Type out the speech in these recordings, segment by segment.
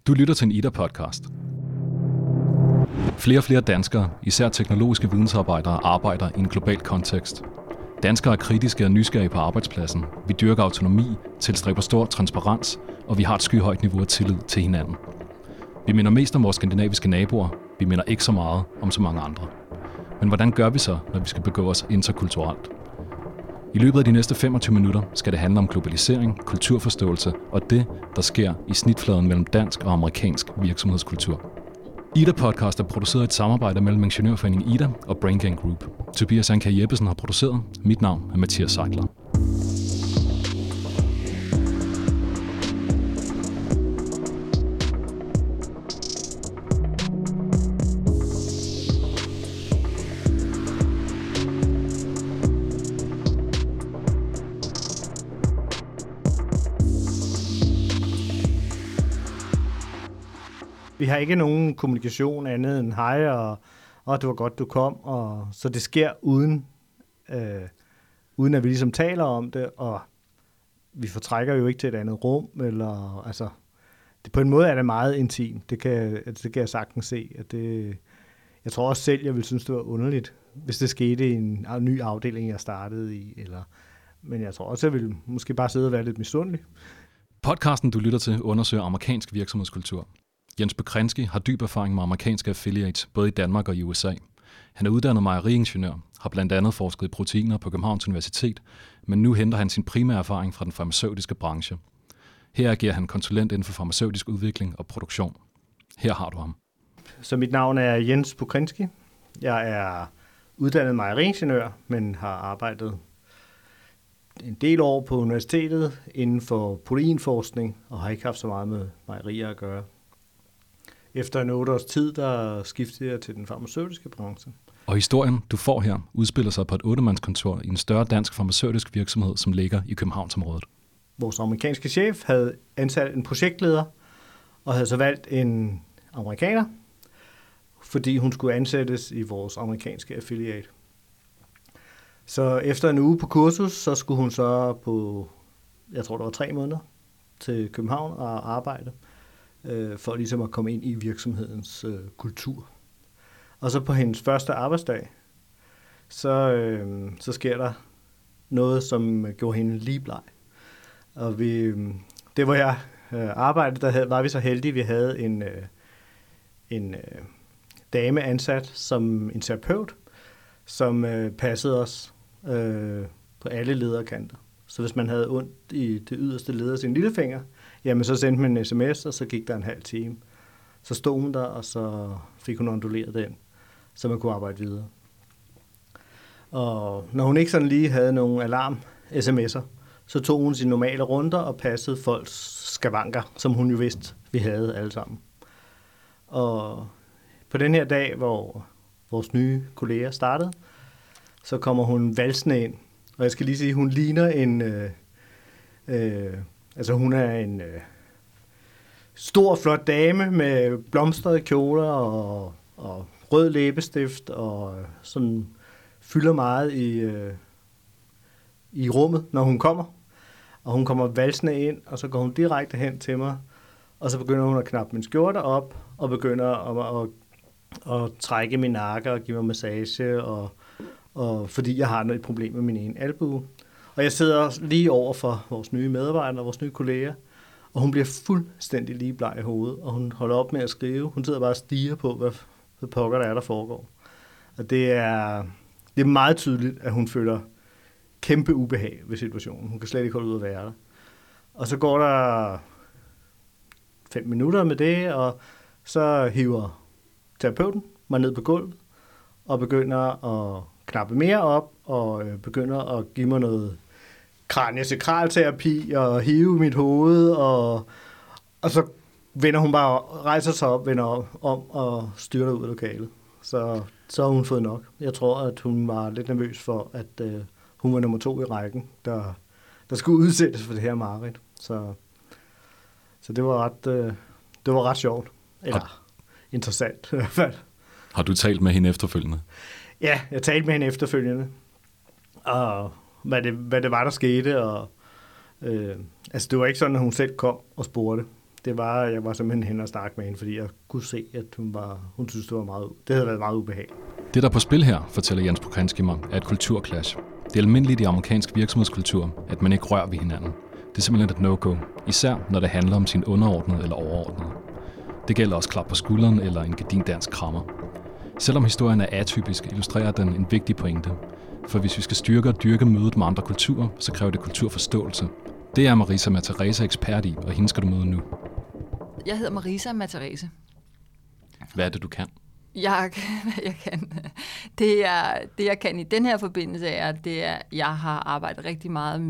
Du lytter til en IDA-podcast. Flere og flere danskere, især teknologiske vidensarbejdere, arbejder i en global kontekst. Danskere er kritiske og nysgerrige på arbejdspladsen. Vi dyrker autonomi, tilstræber stor transparens, og vi har et skyhøjt niveau af tillid til hinanden. Vi minder mest om vores skandinaviske naboer. Vi minder ikke så meget om så mange andre. Men hvordan gør vi så, når vi skal begå os interkulturelt? I løbet af de næste 25 minutter skal det handle om globalisering, kulturforståelse og det, der sker i snitfladen mellem dansk og amerikansk virksomhedskultur. IDA-podcast er produceret i et samarbejde mellem Ingeniørforeningen IDA og BrainGain Group. Tobias Anker Jeppesen har produceret. Mit navn er Mathias Seidler. Vi har ikke nogen kommunikation andet end hej, og det var godt, du kom. Og så det sker uden at vi ligesom taler om det, og vi fortrækker jo ikke til et andet rum. Eller, altså, på en måde er det meget intimt. Det kan jeg sagtens se. At jeg tror også selv, jeg ville synes, det var underligt, hvis det skete i en ny afdeling, jeg startede i. Men jeg tror også, jeg ville måske bare sidde og være lidt misundelig. Podcasten, du lytter til, undersøger amerikansk virksomhedskultur. Jens Bekrenski har dyb erfaring med amerikanske affiliates, både i Danmark og i USA. Han er uddannet mejeriingeniør, har blandt andet forsket i proteiner på Københavns Universitet, men nu henter han sin primære erfaring fra den farmaceutiske branche. Her agerer han konsulent inden for farmaceutisk udvikling og produktion. Her har du ham. Så mit navn er Jens Bekrenski. Jeg er uddannet mejeriingeniør, men har arbejdet en del år på universitetet inden for proteinforskning, og har ikke haft så meget med mejerier at gøre. Efter en 8 års tid, der skiftede jeg til den farmaceutiske branche. Og historien, du får her, udspiller sig på et 8-mandskontor i en større dansk farmaceutisk virksomhed, som ligger i Københavnsområdet. Vores amerikanske chef havde ansat en projektleder, og havde så valgt en amerikaner, fordi hun skulle ansættes i vores amerikanske affiliate. Så efter en uge på kursus, så skulle hun så på, jeg tror det var 3 måneder, til København og arbejde, for ligesom at komme ind i virksomhedens kultur. Og så på hendes første arbejdsdag, så sker der noget, som gjorde hende lige bleg. Og det hvor jeg arbejdede, var vi så heldige, vi havde en dame ansat som en terapeut, som passede os på alle lederkanter. Så hvis man havde ondt i det yderste led af sin lillefinger, jamen så sendte man en sms, og så gik der en halv time. Så stod hun der, og så fik hun onduleret den, så man kunne arbejde videre. Og når hun ikke sådan lige havde nogen alarm-sms'er, så tog hun sine normale runder og passede folks skavanker, som hun jo vidste, vi havde alle sammen. Og på den her dag, hvor vores nye kolleger startede, så kommer hun valsende ind. Og jeg skal lige sige, at hun ligner en... hun er en stor, flot dame med blomstrede kjoler og rød læbestift, og sådan fylder meget i rummet, når hun kommer. Og hun kommer valsende ind, og så går hun direkte hen til mig, og så begynder hun at knappe min skjorte op, og begynder at trække min nakke og give mig massage, og fordi jeg har et problem med min ene albue. Og jeg sidder lige over for vores nye medarbejdere, vores nye kolleger, og hun bliver fuldstændig lige bleg i hovedet, og hun holder op med at skrive. Hun sidder bare og stiger på, hvad pokker der foregår. Og det er meget tydeligt, at hun føler kæmpe ubehag ved situationen. Hun kan slet ikke holde ud at være der. Og så går der 5 minutter med det, og så hiver terapeuten mig ned på gulvet, og begynder at knappe mere op, og begynder at give mig noget kraniosakralterapi, og hive mit hoved, og så vender hun bare, rejser sig op, vender om og styrter ud af lokalet. Så har hun fået nok. Jeg tror, at hun var lidt nervøs for, at hun var nummer 2 i rækken, der skulle udsættes for det her mareridt. Så det var ret sjovt. Eller interessant i hvert fald. Har du talt med hende efterfølgende? Ja, jeg talte med hende efterfølgende. Og hvad det var, der skete. Og, det var ikke sådan, at hun selv kom og spurgte. jeg var simpelthen hen og snakke med hende, fordi jeg kunne se, at hun synes, det havde været meget ubehageligt. Det, der er på spil her, fortæller Jens Pokansky mig, er et kulturclash. Det er almindeligt i amerikansk virksomhedskultur, at man ikke rører ved hinanden. Det er simpelthen et no-go, især når det handler om sin underordnede eller overordnede. Det gælder også klap på skulderen eller en gedin dansk krammer. Selvom historien er atypisk, illustrerer den en vigtig pointe. For hvis vi skal styrke og dyrke mødet med andre kulturer, så kræver det kulturforståelse. Det er Marisa Matherese ekspert i, og hende skal du møde nu. Jeg hedder Marisa Matherese. Hvad er det, du kan? Jeg kan. Det jeg kan i den her forbindelse er, jeg har arbejdet rigtig meget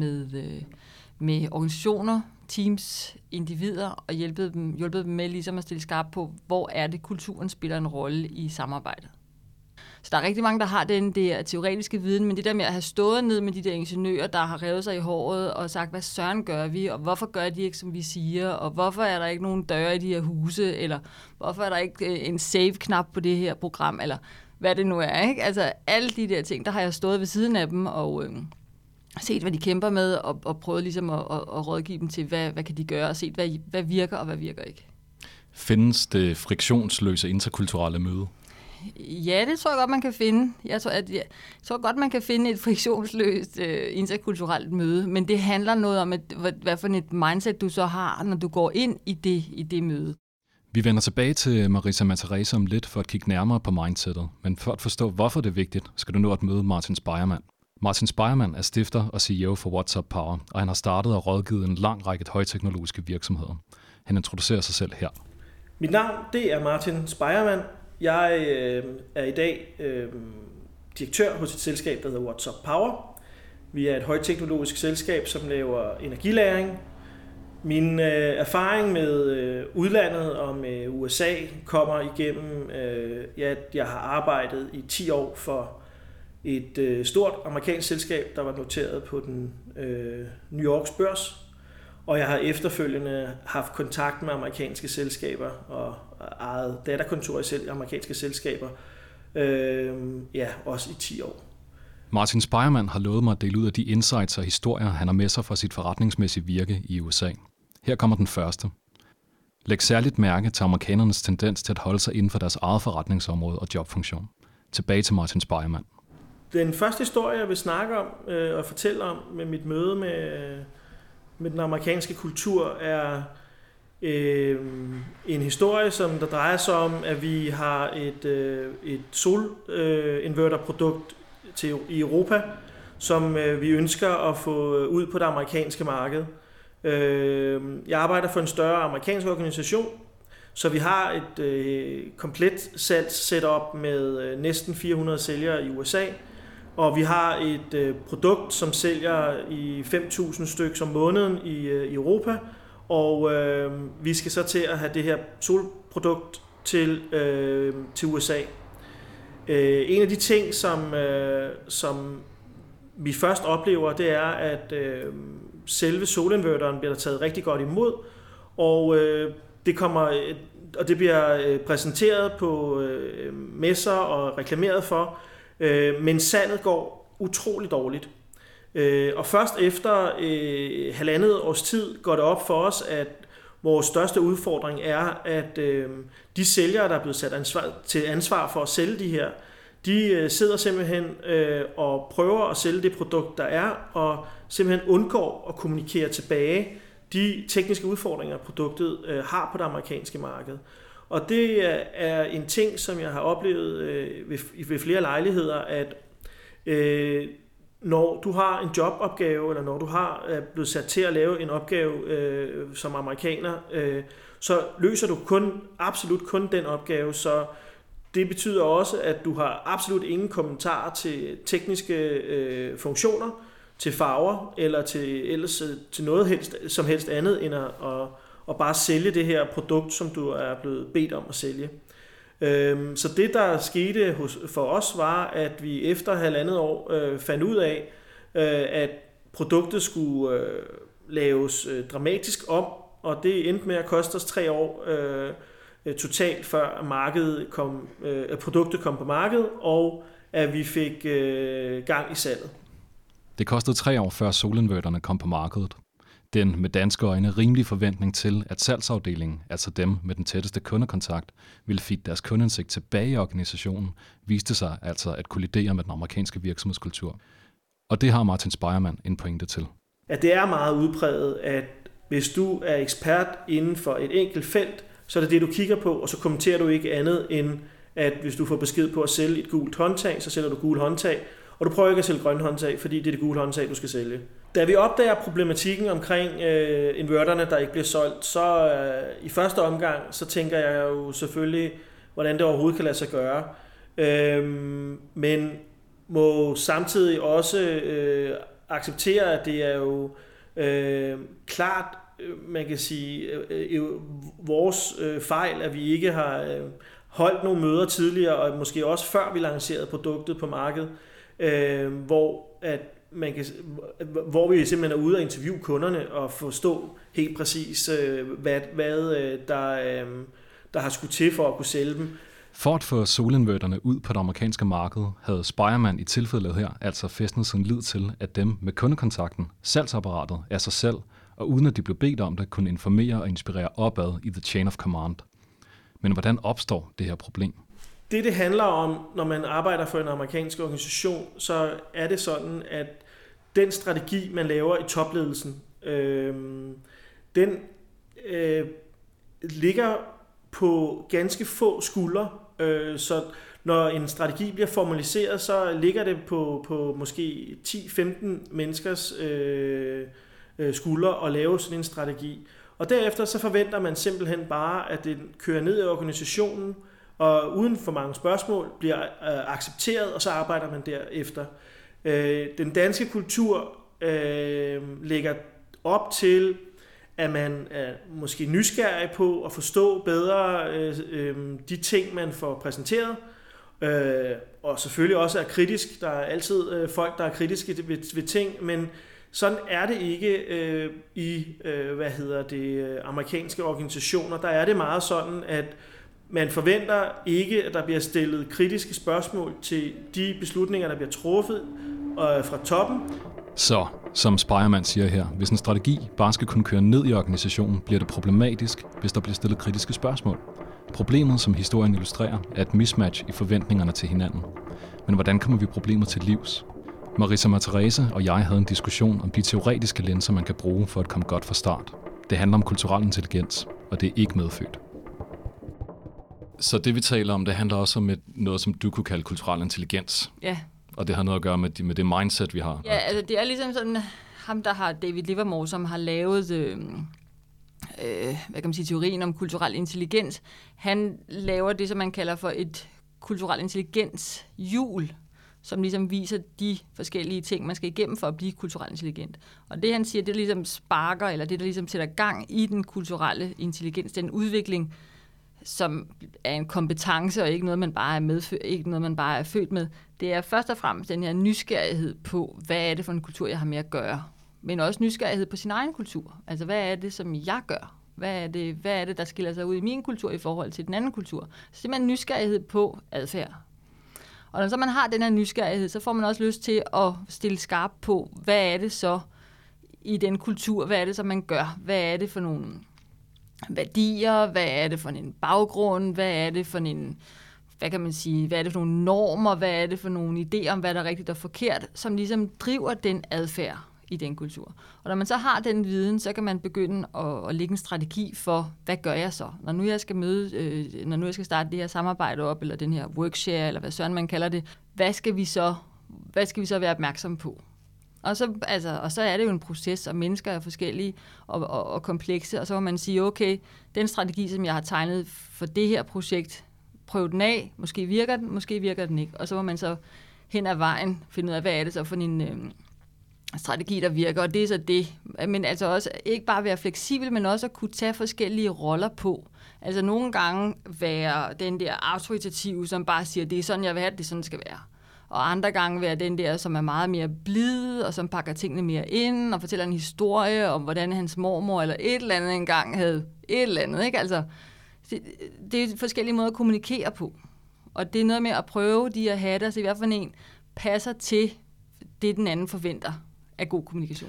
med organisationer, teams, individer og hjulpet dem med ligesom at stille skarpt på, hvor er det, kulturen spiller en rolle i samarbejdet. Så der er rigtig mange, der har den der teoretiske viden, men det der med at have stået ned med de der ingeniører, der har revet sig i håret og sagt, hvad søren gør vi, og hvorfor gør de ikke, som vi siger, og hvorfor er der ikke nogen døre i de her huse, eller hvorfor er der ikke en save-knap på det her program, eller hvad det nu er, ikke? Altså alle de der ting, der har jeg stået ved siden af dem og set, hvad de kæmper med, og prøvet ligesom at rådgive dem til, hvad kan de gøre, og set, hvad virker og hvad virker ikke. Findes det friktionsløse interkulturelle møde? Ja, det tror jeg godt, man kan finde. Jeg tror godt, man kan finde et friktionsløst interkulturelt møde, men det handler noget om, hvad for et mindset du så har, når du går ind i det møde. Vi vender tilbage til Marisa Matherese om lidt for at kigge nærmere på mindsetet, men for at forstå, hvorfor det er vigtigt, skal du nå at møde Martin Speiermann. Martin Speiermann er stifter og CEO for What's Up Power, og han har startet og rådgivet en lang række højteknologiske virksomheder. Han introducerer sig selv her. Mit navn, det er Martin Speiermann. Jeg er i dag direktør hos et selskab, der hedder What's Up Power. Vi er et højteknologisk selskab, som laver energilagring. Min erfaring med udlandet og med USA kommer igennem, at jeg har arbejdet i 10 år for et stort amerikansk selskab, der var noteret på den New Yorks børs. Og jeg har efterfølgende haft kontakt med amerikanske selskaber og ejet datterkontor i amerikanske selskaber, også i 10 år. Martin Speiermann har lovet mig at dele ud af de insights og historier, han har med sig fra sit forretningsmæssige virke i USA. Her kommer den første. Læg særligt mærke til amerikanernes tendens til at holde sig inden for deres eget forretningsområde og jobfunktion. Tilbage til Martin Speiermann. Den første historie, jeg vil snakke om og fortælle om med mit møde med den amerikanske kultur, er en historie, som der drejer sig om, at vi har et solinverterprodukt i Europa, som vi ønsker at få ud på det amerikanske marked. Jeg arbejder for en større amerikansk organisation, så vi har et komplet salgssetup med næsten 400 sælgere i USA, og vi har et produkt, som sælger i 5.000 stykker om måneden i Europa, og vi skal så til at have det her solprodukt til USA. En af de ting, som vi først oplever, det er, at selve solinverteren bliver der taget rigtig godt imod, og det bliver præsenteret på messer og reklameret for, men salget går utroligt dårligt. Og først efter halvandet års tid går det op for os, at vores største udfordring er, at de sælgere, der er blevet sat til ansvar for at sælge de her, de sidder simpelthen og prøver at sælge det produkt, der er, og simpelthen undgår at kommunikere tilbage de tekniske udfordringer, produktet har på det amerikanske marked. Og det er en ting, som jeg har oplevet ved flere lejligheder, at når du har en jobopgave, eller når du er blevet sat til at lave en opgave som amerikaner, så løser du absolut kun den opgave. Så det betyder også, at du har absolut ingen kommentarer til tekniske funktioner, til farver, eller til noget som helst andet, end at bare sælge det her produkt, som du er blevet bedt om at sælge. Så det, der skete for os, var, at vi efter halvandet år fandt ud af, at produktet skulle laves dramatisk om, og det endte med at koste os 3 år totalt, før produktet kom på markedet, og at vi fik gang i salget. Det kostede 3 år, før solinverterne kom på markedet. Den med danske øjne rimelige forventning til, at salgsafdelingen, altså dem med den tætteste kundekontakt, ville feed deres kundeindsigt tilbage i organisationen, viste sig altså at kollidere med den amerikanske virksomhedskultur. Og det har Martin Speiermann en pointe til. At det er meget udpræget, at hvis du er ekspert inden for et enkelt felt, så er det det, du kigger på, og så kommenterer du ikke andet end, at hvis du får besked på at sælge et gult håndtag, så sælger du gult håndtag, og du prøver ikke at sælge grønne håndtag, fordi det er det gule håndtag, du skal sælge. Da vi opdager problematikken omkring inverterne, der ikke bliver solgt, så i første omgang, så tænker jeg jo selvfølgelig, hvordan det overhovedet kan lade sig gøre. Men må samtidig også acceptere, at det er jo klart, man kan sige, vores fejl, at vi ikke har holdt nogle møder tidligere, og måske også før vi lancerede produktet på markedet, hvor vi simpelthen er ude og interviewe kunderne og forstå helt præcis, hvad der har skulle til for at kunne sælge dem. For at få solinverterne ud på det amerikanske marked, havde Speiermann i tilfældet her altså fæstnet sin lid til, at dem med kundekontakten, salgsapparatet af sig selv, og uden at de blev bedt om det, kunne informere og inspirere opad i the chain of command. Men hvordan opstår det her problem? Det handler om, når man arbejder for en amerikansk organisation, så er det sådan, at den strategi, man laver i topledelsen, den ligger på ganske få skuldre. Så når en strategi bliver formaliseret, så ligger det på måske 10-15 menneskers skuldre at lave sådan en strategi. Og derefter så forventer man simpelthen bare, at den kører ned i organisationen, og uden for mange spørgsmål bliver accepteret, og så arbejder man derefter. Den danske kultur lægger op til, at man er måske nysgerrig på at forstå bedre de ting, man får præsenteret, og selvfølgelig også er kritisk. Der er altid folk, der er kritiske ved ting, men sådan er det ikke i amerikanske organisationer. Der er det meget sådan, at man forventer ikke, at der bliver stillet kritiske spørgsmål til de beslutninger, der bliver truffet fra toppen. Så, som Speiermann siger her, hvis en strategi bare skal kunne køre ned i organisationen, bliver det problematisk, hvis der bliver stillet kritiske spørgsmål. Problemet, som historien illustrerer, er et mismatch i forventningerne til hinanden. Men hvordan kommer vi problemet til livs? Marissa Marterese og jeg havde en diskussion om de teoretiske linser, man kan bruge for at komme godt fra start. Det handler om kulturel intelligens, og det er ikke medfødt. Så det, vi taler om, det handler også om noget, som du kunne kalde kulturel intelligens. Ja. Og det har noget at gøre med det mindset, vi har. Ja, altså det er ligesom sådan, ham der har David Livermore, som har lavet teorien om kulturel intelligens. Han laver det, som man kalder for et kulturel intelligenshjul, som ligesom viser de forskellige ting, man skal igennem for at blive kulturelt intelligent. Og det, han siger, det ligesom sparker, eller det, der ligesom sætter gang i den kulturelle intelligens, den udvikling, som er en kompetence og ikke noget, man bare er ikke noget, man bare er født med. Det er først og fremmest den her nysgerrighed på, hvad er det for en kultur, jeg har med at gøre. Men også nysgerrighed på sin egen kultur. Altså, hvad er det, som jeg gør? Hvad er det, der skiller sig ud i min kultur i forhold til den anden kultur? Så simpelthen nysgerrighed på adfærd. Og når så man har den her nysgerrighed, så får man også lyst til at stille skarp på, hvad er det så i den kultur? Hvad er det, som man gør? Hvad er det for nogle værdier? Hvad er det for en baggrund? Hvad er det for en, hvad kan man sige, hvad er det for nogle normer? Hvad er det for nogle idéer om, hvad der er rigtigt og forkert, som ligesom driver den adfærd i den kultur. Og når man så har den viden, så kan man begynde at lægge en strategi for, hvad gør jeg så? Når nu jeg skal starte det her samarbejde op, eller den her workshare, eller hvad søren man kalder det, hvad skal vi så være opmærksom på? Og så er det jo en proces, og mennesker er forskellige og komplekse, og så må man sige, okay, den strategi, som jeg har tegnet for det her projekt, prøv den af, måske virker den ikke, og så må man så hen ad vejen finde ud af, hvad er det så for en strategi, der virker, og det er så det. Men altså også ikke bare være fleksibel, men også at kunne tage forskellige roller på. Altså nogle gange være den der autoritative, som bare siger, det er sådan, jeg vil have det, sådan det skal være. Og andre gange være den der, som er meget mere blid, og som pakker tingene mere ind, og fortæller en historie om, hvordan hans mormor eller et eller andet engang havde et eller andet. Ikke? Altså, det er forskellige måder at kommunikere på. Og det er noget med at prøve de her hatter, så i hvert fald en passer til det, den anden forventer af god kommunikation.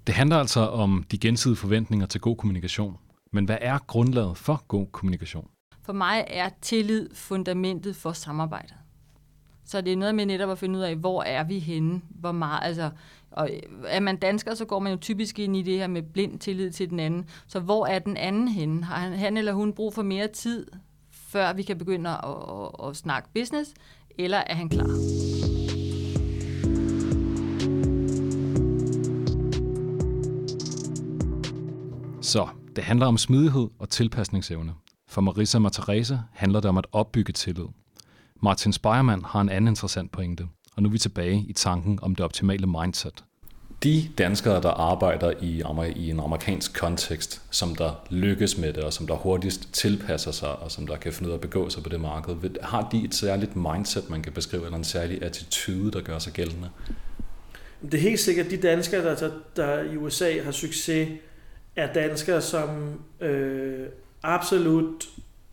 Det handler altså om de gensidige forventninger til god kommunikation. Men hvad er grundlaget for god kommunikation? For mig er tillid fundamentet for samarbejdet. Så det er noget med netop at finde ud af, hvor er vi henne, hvor meget, altså, og er man dansker, så går man jo typisk ind i det her med blind tillid til den anden. Så hvor er den anden henne? Har han eller hun brug for mere tid, før vi kan begynde at snakke business, eller er han klar? Så det handler om smidighed og tilpasningsevne. For Marissa og Therese handler det om at opbygge tillid. Martin Speiermann har en anden interessant pointe, og nu er vi tilbage i tanken om det optimale mindset. De danskere, der arbejder i en amerikansk kontekst, som der lykkes med det, og som der hurtigst tilpasser sig, og som der kan finde ud af at begå sig på det marked, har de et særligt mindset, man kan beskrive, eller en særlig attitude, der gør sig gældende? Det er helt sikkert, de danskere, der i USA har succes, er danskere, som absolut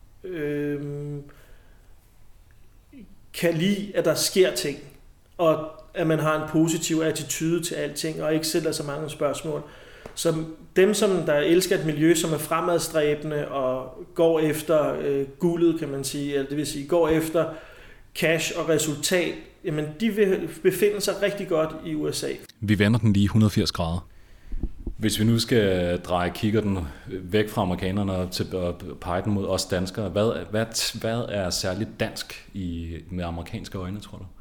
kan lide, at der sker ting, og at man har en positiv attitude til alting, og ikke stiller så mange spørgsmål. Så dem, der elsker et miljø, som er fremadstræbende og går efter guldet, kan man sige, eller det vil sige, går efter cash og resultat, jamen de vil befinde sig rigtig godt i USA. Vi vender den lige 180 grader. Hvis vi nu skal dreje kikkerten væk fra amerikanerne og pege den mod os danskere, hvad er særligt dansk med amerikanske øjne, tror du?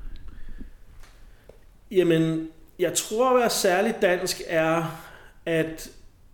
Jamen, jeg tror, at være særligt dansk er, at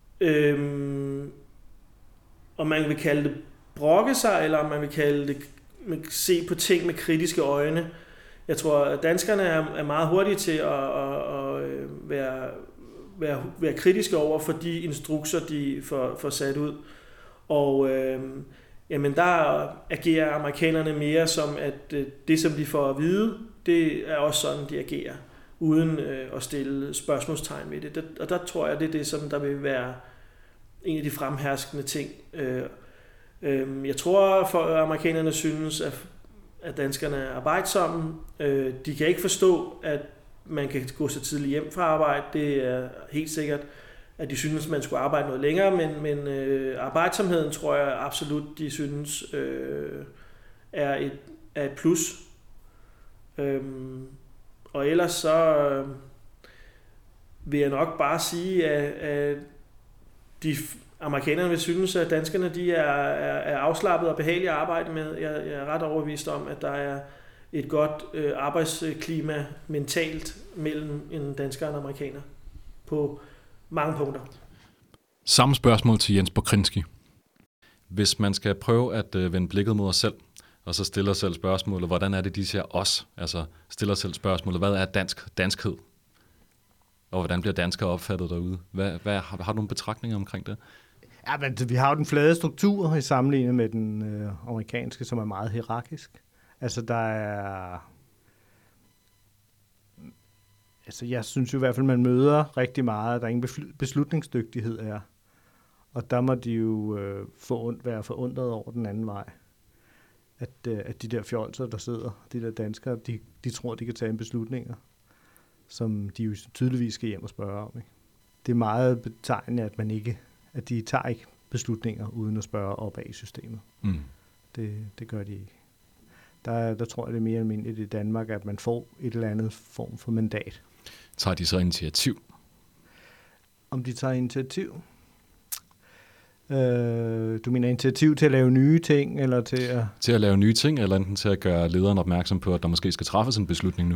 om man vil kalde det brokke sig, eller om man vil kalde det se på ting med kritiske øjne. Jeg tror, at danskerne er meget hurtige til at være kritiske over for de instrukser, de får sat ud. Og jamen der agerer amerikanerne mere som, at det, som de får at vide, det er også sådan, de agerer, uden at stille spørgsmålstegn ved det. Og der tror jeg, det er det, som der vil være en af de fremherskende ting. Jeg tror, for amerikanerne synes, at danskerne er arbejdsomme. De kan ikke forstå, at man kan gå så tidligt hjem fra arbejde. Det er helt sikkert, at de synes, at man skulle arbejde noget længere, men arbejdsomheden tror jeg absolut, de synes er et plus. Og ellers så vil jeg nok bare sige, at de amerikanerne vil synes, at danskerne de er afslappet og behagelige at arbejde med. Jeg er ret overbevist om, at der er et godt arbejdsklima mentalt mellem en dansker og en amerikaner på mange punkter. Samme spørgsmål til Jens Pokrinski. Hvis man skal prøve at vende blikket mod os selv, og så stiller selv spørgsmålet, hvordan er det, de ser os? Altså stiller selv spørgsmålet, hvad er danskhed? Og hvordan bliver danskere opfattet derude? Har du nogle betragtninger omkring det? Ja, men vi har jo den flade struktur i sammenligning med den amerikanske, som er meget hierarkisk. Altså jeg synes jo i hvert fald, man møder rigtig meget, at der ingen beslutningsdygtighed er. Og der må de jo være forundret over den anden vej. At de der fjolser, der sidder, de der danskere, de tror, de kan tage en beslutninger, som de jo tydeligvis skal hjem og spørge om. Ikke? Det er meget betegnende, at de tager ikke beslutninger uden at spørge opad i systemet. Mm. Det gør de ikke. Der tror jeg, det er mere almindeligt i Danmark, at man får et eller andet form for mandat. Tager de så initiativ? Om de tager initiativ? Du mener initiativ til at lave nye ting, eller til at... Til at lave nye ting, eller enten til at gøre lederen opmærksom på, at der måske skal træffes en beslutning nu?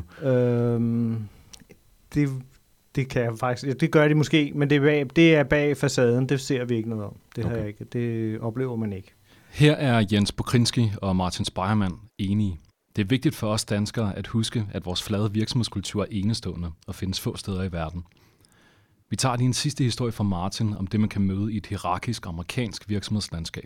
Det kan jeg faktisk... Det gør de måske, men det er bag facaden. Det ser vi ikke noget om. Det oplever man ikke. Her er Jens Pokrinski og Martin Speiermann enige. Det er vigtigt for os danskere at huske, at vores flade virksomhedskultur er enestående og findes få steder i verden. Vi tager lige en sidste historie fra Martin om det, man kan møde i et hierarkisk amerikansk virksomhedslandskab.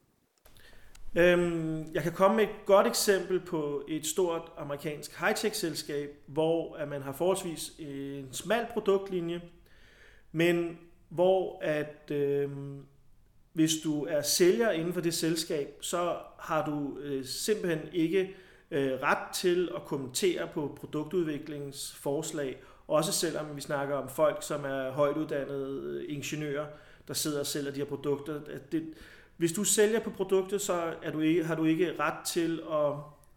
Jeg kan komme med et godt eksempel på et stort amerikansk high-tech-selskab, hvor man har forholdsvis en smal produktlinje, men hvor at hvis du er sælger inden for det selskab, så har du simpelthen ikke ret til at kommentere på produktudviklingsforslag Også selvom vi snakker om folk, som er højtuddannede ingeniører, der sidder og sælger de her produkter. Hvis du sælger på produktet, så har du ikke ret til at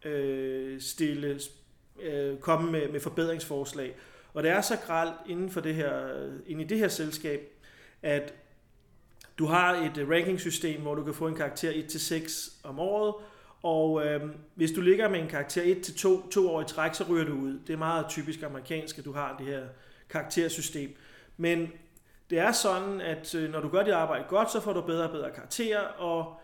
komme med forbedringsforslag. Og det er så grelt inden i det her selskab, at du har et rankingsystem, hvor du kan få en karakter 1-6 om året, og hvis du ligger med en karakter 1-2 2 år i træk, så ryger du ud. Det er meget typisk amerikansk, at du har det her karaktersystem. Men det er sådan, at når du gør dit arbejde godt, så får du bedre og bedre karakterer, og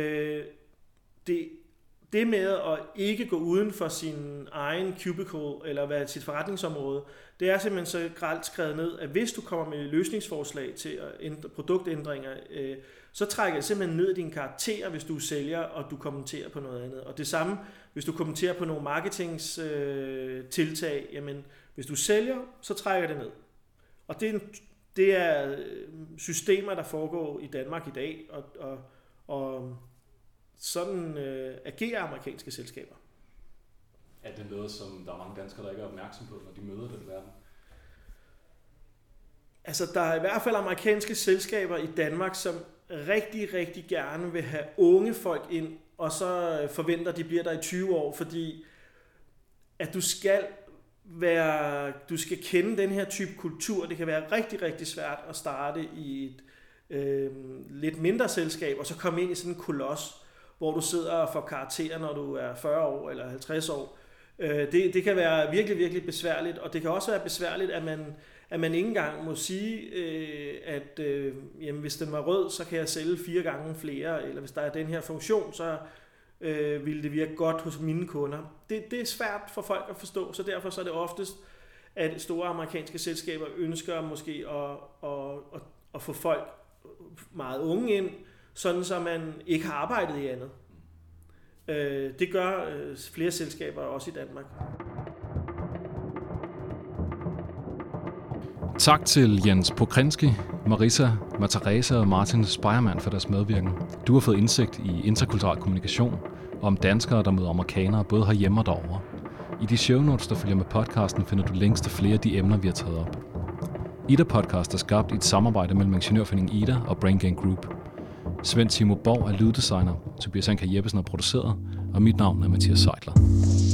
det med at ikke gå uden for sin egen cubicle, eller sit forretningsområde, det er simpelthen så grelt skrevet ned, at hvis du kommer med løsningsforslag til produktændringer, så trækker det simpelthen ned i dine karakterer, hvis du sælger, og du kommenterer på noget andet. Og det samme, hvis du kommenterer på nogle marketingstiltag, jamen hvis du sælger, så trækker det ned. Og det er systemer, der foregår i Danmark i dag, og sådan agerer amerikanske selskaber. Er det noget, som der er mange danskere, der ikke er opmærksom på, når de møder den verden? Altså, der er i hvert fald amerikanske selskaber i Danmark, som rigtig, rigtig gerne vil have unge folk ind, og så forventer, at de bliver der i 20 år, fordi at du skal kende den her type kultur. Det kan være rigtig, rigtig svært at starte i et lidt mindre selskab, og så komme ind i sådan en koloss, hvor du sidder og får karakterer, når du er 40 år eller 50 år. Det kan være virkelig, virkelig besværligt, og det kan også være besværligt, at man ikke engang må sige, at jamen, hvis den var rød, så kan jeg sælge 4 gange flere, eller hvis der er den her funktion, så ville det virke godt hos mine kunder. Det er svært for folk at forstå, så derfor så er det oftest, at store amerikanske selskaber ønsker måske at få folk meget unge ind, sådan så man ikke har arbejdet i andet. Det gør flere selskaber også i Danmark. Tak til Jens Pokrenski, Marissa Matarese og Martin Speiermann for deres medvirken. Du har fået indsigt i interkulturel kommunikation og om danskere, der møder amerikanere både herhjemme og derovre. I de show notes, der følger med podcasten, finder du links til flere af de emner, vi har taget op. Ida Podcast er skabt i et samarbejde mellem Ingeniørforeningen Ida og Brain Gain Group. Svend Timo Borg er lyddesigner, Tobias Anker Jeppesen er produceret, og mit navn er Mathias Seidler.